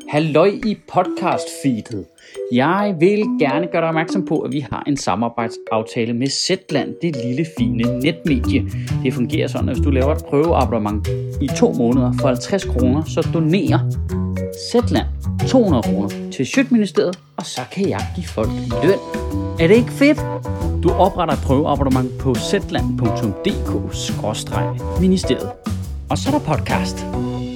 Halløj i podcast-feedet. Jeg vil gerne gøre dig opmærksom på, at vi har en samarbejdsaftale med Zetland, det lille fine netmedie. Det fungerer sådan, at hvis du laver et prøveabonnement i 2 måneder for 50 kroner, så donerer Zetland 200 kroner til Sjøtministeriet, og så kan jeg give folk løn. Er det ikke fedt? Du opretter et prøveabonnement på zetland.dk/ministeriet. Og så er der podcast.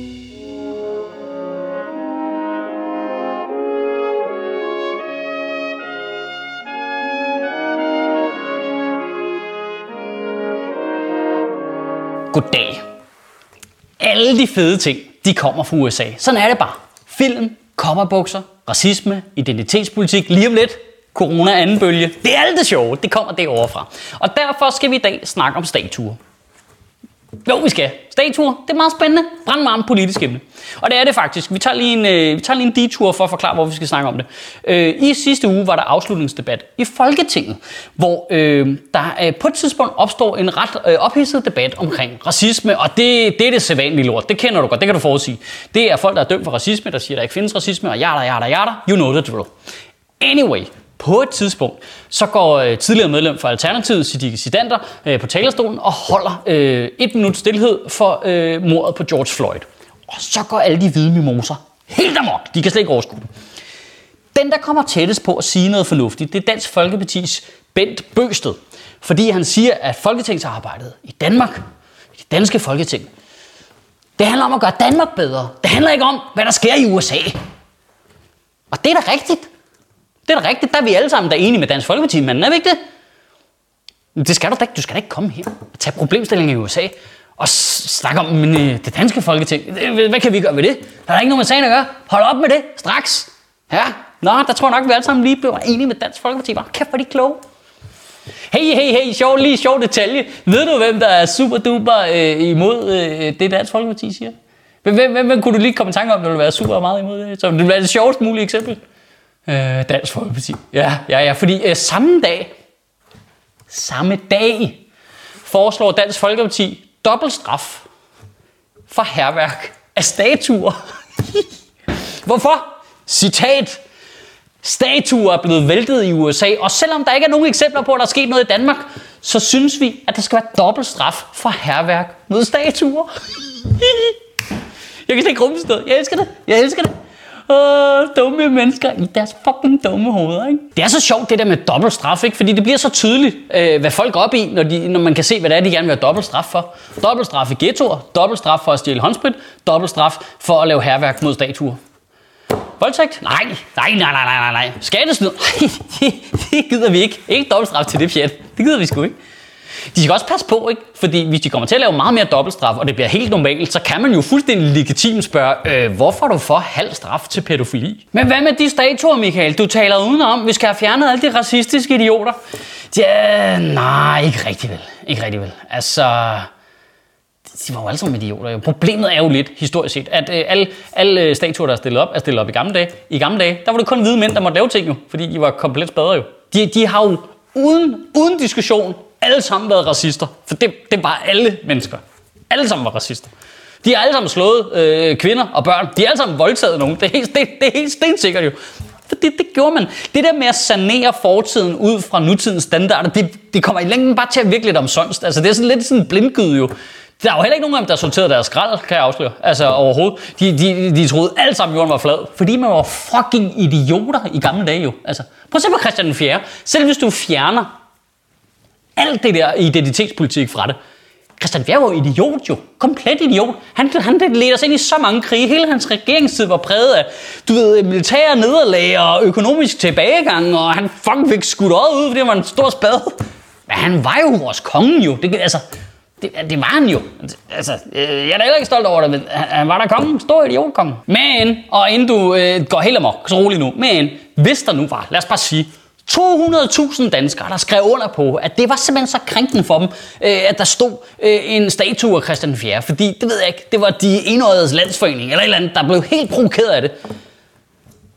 Goddag. Alle de fede ting, de kommer fra USA. Sådan er det bare. Film, cowboybukser, racisme, identitetspolitik, lige om lidt, corona anden bølge. Det er alt det sjove, det kommer derovre fra. Og derfor skal vi i dag snakke om statuer. Jo, vi skal. Statuer, det er meget spændende, brandvarmt politisk emne. Og det er det faktisk. Vi tager lige en detur for at forklare, hvor vi skal snakke om det. I sidste uge var der afslutningsdebat i Folketinget, hvor der på et tidspunkt opstår en ret ophidset debat omkring racisme, og det er det sædvanlige lort. Det kender du godt, det kan du forudsige. Det er folk, der er dømt for racisme, der siger, der ikke findes racisme, og yada. You know the drill. Anyway. På et tidspunkt, så går tidligere medlem for Alternativet, Siddique Zidane, på talerstolen og holder 1 minut stilhed for mordet på George Floyd. Og så går alle de hvide mimoser helt amok. De kan slet ikke overskue det. Den, der kommer tættest på at sige noget fornuftigt, det er Dansk Folkepartis Bent Bøgsted. Fordi han siger, at folketingsarbejdet i Danmark, i det danske folketing, det handler om at gøre Danmark bedre. Det handler ikke om, hvad der sker i USA. Og det er da rigtigt. Det er da rigtigt, der er vi alle sammen der er enige med Dansk Folkeparti, men er vi ikke det? Det skal du da ikke. Du skal da ikke komme her og tage problemstillinger i USA og snakke om det danske folketing. Hvad kan vi gøre ved det? Der er ikke noget med sagen at gøre. Hold op med det straks. Ja, der tror jeg nok, vi alle sammen lige blev enige med Dansk Folkeparti. Bare kæft, hvor de kloge. Hey, sjov detalje. Ved du, hvem der er super duper imod det Dansk Folkeparti siger? Hvem kunne du lige komme i tanke om, der ville være super meget imod det? Så det ville være det sjovest mulige eksempel. Dansk Folkeparti. Ja, fordi samme dag foreslår Dansk Folkeparti dobbeltstraf for hærværk af statuer. Hvorfor? Citat. Statuer er blevet væltet i USA, og selvom der ikke er nogen eksempler på, at der er sket noget i Danmark, så synes vi, at der skal være dobbeltstraf for hærværk mod statuer. Jeg kan slet ikke rumme det. Jeg elsker det. Dumme mennesker i deres fucking dumme hoveder, ikke? Det er så sjovt det der med dobbeltstraf, ikke? Fordi det bliver så tydeligt, hvad folk går op i, når man kan se, hvad det er, de gerne vil have dobbeltstraf for. Dobbeltstraf i ghettoer, dobbeltstraf for at stjæle håndsprit, dobbeltstraf for at lave hærværk mod statuer. Voldtægt? Nej. Skattesnyd? Det gider vi ikke. Ikke dobbeltstraf til det pjat. Det gider vi sgu ikke. De skal også passe på, ikke? Fordi hvis de kommer til at lave meget mere dobbeltstraf, og det bliver helt normalt, så kan man jo fuldstændig legitimt spørge, hvorfor er du for halv straf til pædofili? Men hvad med de statuer, Michael? Du taler udenom. Vi skal have fjernet alle de racistiske idioter. Ja, nej, ikke rigtig vel. Altså, de var jo alle sammen idioter. Problemet er jo lidt, historisk set, at alle statuer, der er stillet op i gamle dage. I gamle dage, der var det kun hvide mænd, der måtte lave ting jo, fordi de var komplet spadere jo. De har jo uden diskussion alle sammen været racister. For det var alle mennesker. Alle sammen var racister. De har alle sammen slået kvinder og børn. De har alle sammen voldtaget nogen. Det er helt stensikkert jo. For det gjorde man. Det der med at sanere fortiden ud fra nutidens standarder, det kommer i længden bare til at virke lidt omsonst. Altså det er sådan lidt sådan en blindgyde jo. Der er jo heller ikke nogen af dem, der sorterede deres skrald, kan jeg afsløre. Altså overhovedet. De troede alle sammen, jorden var flad. Fordi man var fucking idioter i gamle dage jo. Altså, prøv at se på Christian 4. Selv hvis du fjerner alt det der identitetspolitik fra det. Christian Fjerde var idiot jo. Komplet idiot. Han ledte os ind i så mange krige. Hele hans regeringstid var præget af, militære nederlag og økonomisk tilbagegang, og han fucking fik skudt øjet ud, fordi han var en stor spade. Men han var jo vores konge jo. Det var han jo. Altså, jeg er da heller ikke stolt over det, men han var der kongen. Stor idiotkonge. Men, og inden du går helt amok, så rolig nu. Men, hvis der nu var, lad os bare sige, 200.000 danskere, der skrev under på, at det var simpelthen så krænkende for dem, at der stod en statue af Christian 4. Fordi, det ved jeg ikke, det var de enøjedes landsforening, eller et eller andet, der blev helt provokeret af det.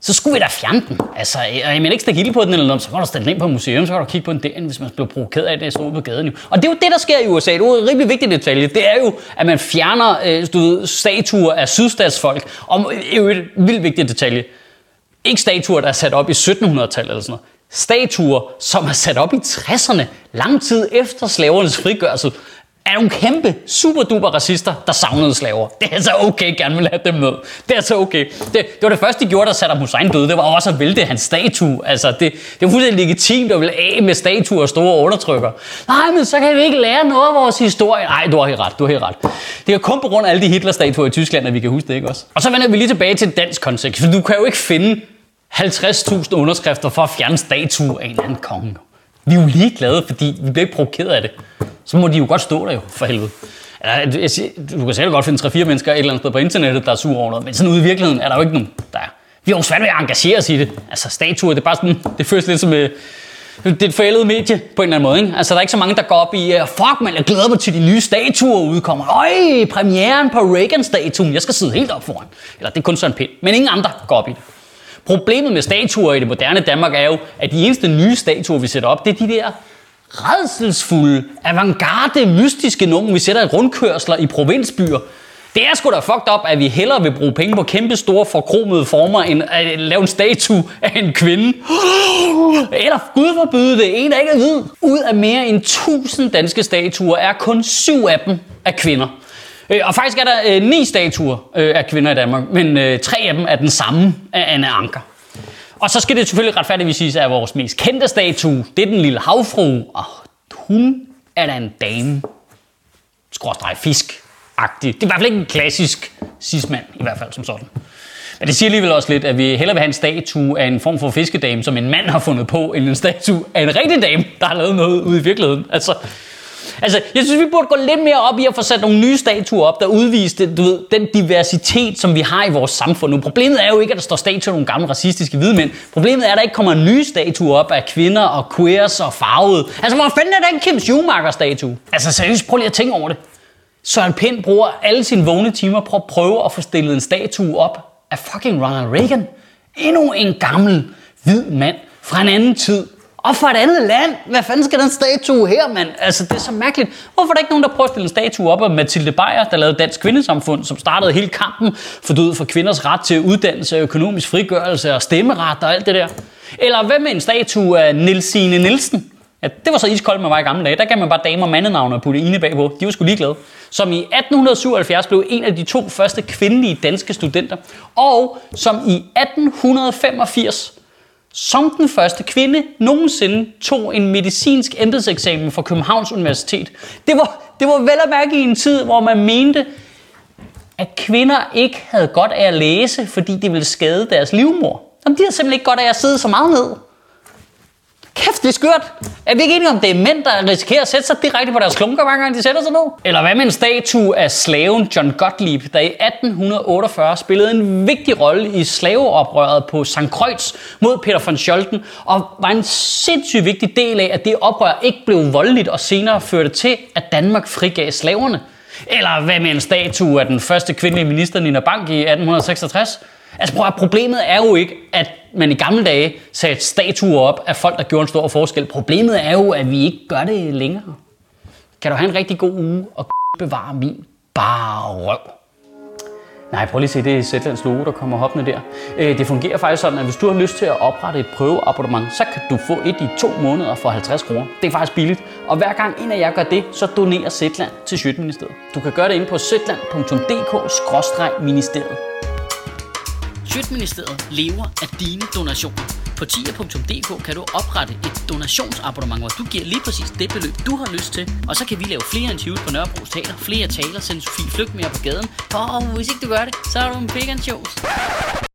så skulle vi da fjerne den. Altså, jeg mener ikke stikke ild på den eller noget, så kan du stille den ind på et museum, så kan du kigge på den derinde, hvis man bliver provokeret af det, jeg stod ude på gaden. Og det er jo det, der sker i USA. Det er jo en rimelig vigtig detalje. Det er jo, at man fjerner statuer af sydstatsfolk. Og jo et vildt vigtigt detalje. Ikke statuer, der er sat op i 1700-tallet eller sådan noget. Statuer, som er sat op i 60'erne, lang tid efter slavernes frigørelse, er nogle kæmpe, superduper racister, der savnede slaver. Det er altså okay, gerne vil have dem med. Det er altså okay. Det var det første, de gjorde, der Saddam Hussein døde. Det var også at vælte hans statue. Altså, det var fuldstændig legitimt at ville af med statuer og store undertrykker. Nej, men så kan vi ikke lære noget af vores historie. Nej, du har helt ret. Det er kun på grund af alle de Hitler-statuer i Tyskland, at vi kan huske det, ikke også? Og så vender vi lige tilbage til dansk kontekst, for du kan jo ikke finde 50.000 underskrifter for at fjerne statue af en anden konge. Vi er jo ligeglade, fordi vi bliver ikke provokeret af det. Så må de jo godt stå der jo, for helvede. Du kan selv godt finde 3-4 mennesker et eller andet sted på internettet, der er sure over noget, men sådan ude i virkeligheden er der jo ikke nogen, der er. Vi har jo svært ved at engagere os i det. Altså statuer, det er bare sådan, det føles lidt som det er et forældet medie på en eller anden måde, ikke? Altså der er ikke så mange, der går op i, fuck man, jeg glæder mig til de nye statuer udkommer. Øj, premieren på Reagan-statuen, jeg skal sidde helt op foran. Eller det er kun sådan en pind, men ingen andre går op i det. Problemet med statuer i det moderne Danmark er jo, at de eneste nye statuer, vi sætter op, det er de der rædselsfulde, avantgarde, mystiske nogen, vi sætter i rundkørsler i provinsbyer. Det er sgu da fucked up, at vi hellere vil bruge penge på kæmpe store forkromede former, end at lave en statue af en kvinde. Eller gud forbyde det, en der ikke er hvid. Ud af mere end 1000 danske statuer er kun 7 af dem af kvinder. Og faktisk er der 9 statuer af kvinder i Danmark, men 3 af dem er den samme af Anne Anker. Og så skal det selvfølgelig retfærdigvis siges, at vores mest kendte statue, det er den lille havfrue. Og hun er da en dame, fisk-agtig. Det er i hvert fald ikke en klassisk cis-mand, i hvert fald som sådan. Men det siger alligevel også lidt, at vi hellere vil have en statue af en form for fiskedame, som en mand har fundet på, end en statue af en rigtig dame, der har lavet noget ude i virkeligheden. Altså, jeg synes, vi burde gå lidt mere op i at få sat nogle nye statuer op, der udviste, den diversitet, som vi har i vores samfund nu. Problemet er jo ikke, at der står statuer af nogle gamle racistiske hvide mænd. Problemet er, at der ikke kommer nye statuer op af kvinder og queers og farvede. Altså, hvor fanden er den Kim Schumacher-statue? Altså, seriøst, prøv lige at tænke over det. Søren Pind bruger alle sine vågne timer på at prøve at få stillet en statue op af fucking Ronald Reagan. Endnu en gammel, hvid mand fra en anden tid. Og fra et andet land. Hvad fanden skal den statue her, mand? Altså, det er så mærkeligt. Hvorfor er der ikke nogen, der prøver at stille en statue op af Mathilde Beyer, der lavede Dansk Kvindesamfund, som startede hele kampen for kvinders ret til uddannelse, økonomisk frigørelse og stemmeret og alt det der? Eller hvad med en statue af Nielsine Nielsen? Ja, det var så iskoldt, man var i gamle dage. Der gav man bare damer mandenavne og putte ine bagpå. De var sgu ligeglade. Som i 1877 blev en af de 2 første kvindelige danske studenter. Og som i 1885 som den første kvinde nogensinde tog en medicinsk embedseksamen fra Københavns Universitet. Det var vel at mærke i en tid, hvor man mente, at kvinder ikke havde godt af at læse, fordi det ville skade deres livmor. Jamen, de havde simpelthen ikke godt af at sidde så meget ned. Kæft, det er skørt. Er vi ikke enige om, det er mænd, der risikerer at sætte sig direkte på deres klunker, hver gang de sætter sig ned? Eller hvad med en statue af slaven John Gottlieb, der i 1848 spillede en vigtig rolle i slaveoprøret på St. Kreuz mod Peter von Scholten, og var en sindssygt vigtig del af, at det oprør ikke blev voldeligt og senere førte til, at Danmark frigav slaverne? Eller hvad med en statue af den første kvindelige minister Nina Bank i 1866? Altså problemet er jo ikke, at man i gamle dage satte statuer op af folk, der gjorde en stor forskel. Problemet er jo, at vi ikke gør det længere. Kan du have en rigtig god uge og bevare min bare røv? Nej, prøv lige at se, det er Zetlands logo, der kommer hoppende der. Det fungerer faktisk sådan, at hvis du har lyst til at oprette et prøveabonnement, så kan du få et i 2 måneder for 50 kroner. Det er faktisk billigt. Og hver gang en af jer gør det, så donerer Zetland til Sjøtministeriet. Du kan gøre det inde på zetland.dk/ministeriet. Sjøtministeriet lever af dine donationer. På tier.dk kan du oprette et donationsabonnement, hvor du giver lige præcis det beløb, du har lyst til. Og så kan vi lave flere interviews på Nørrebro Teater, flere taler, sende Sofie Flygt mere på gaden. Og hvis ikke du gør det, så er du en big and shows.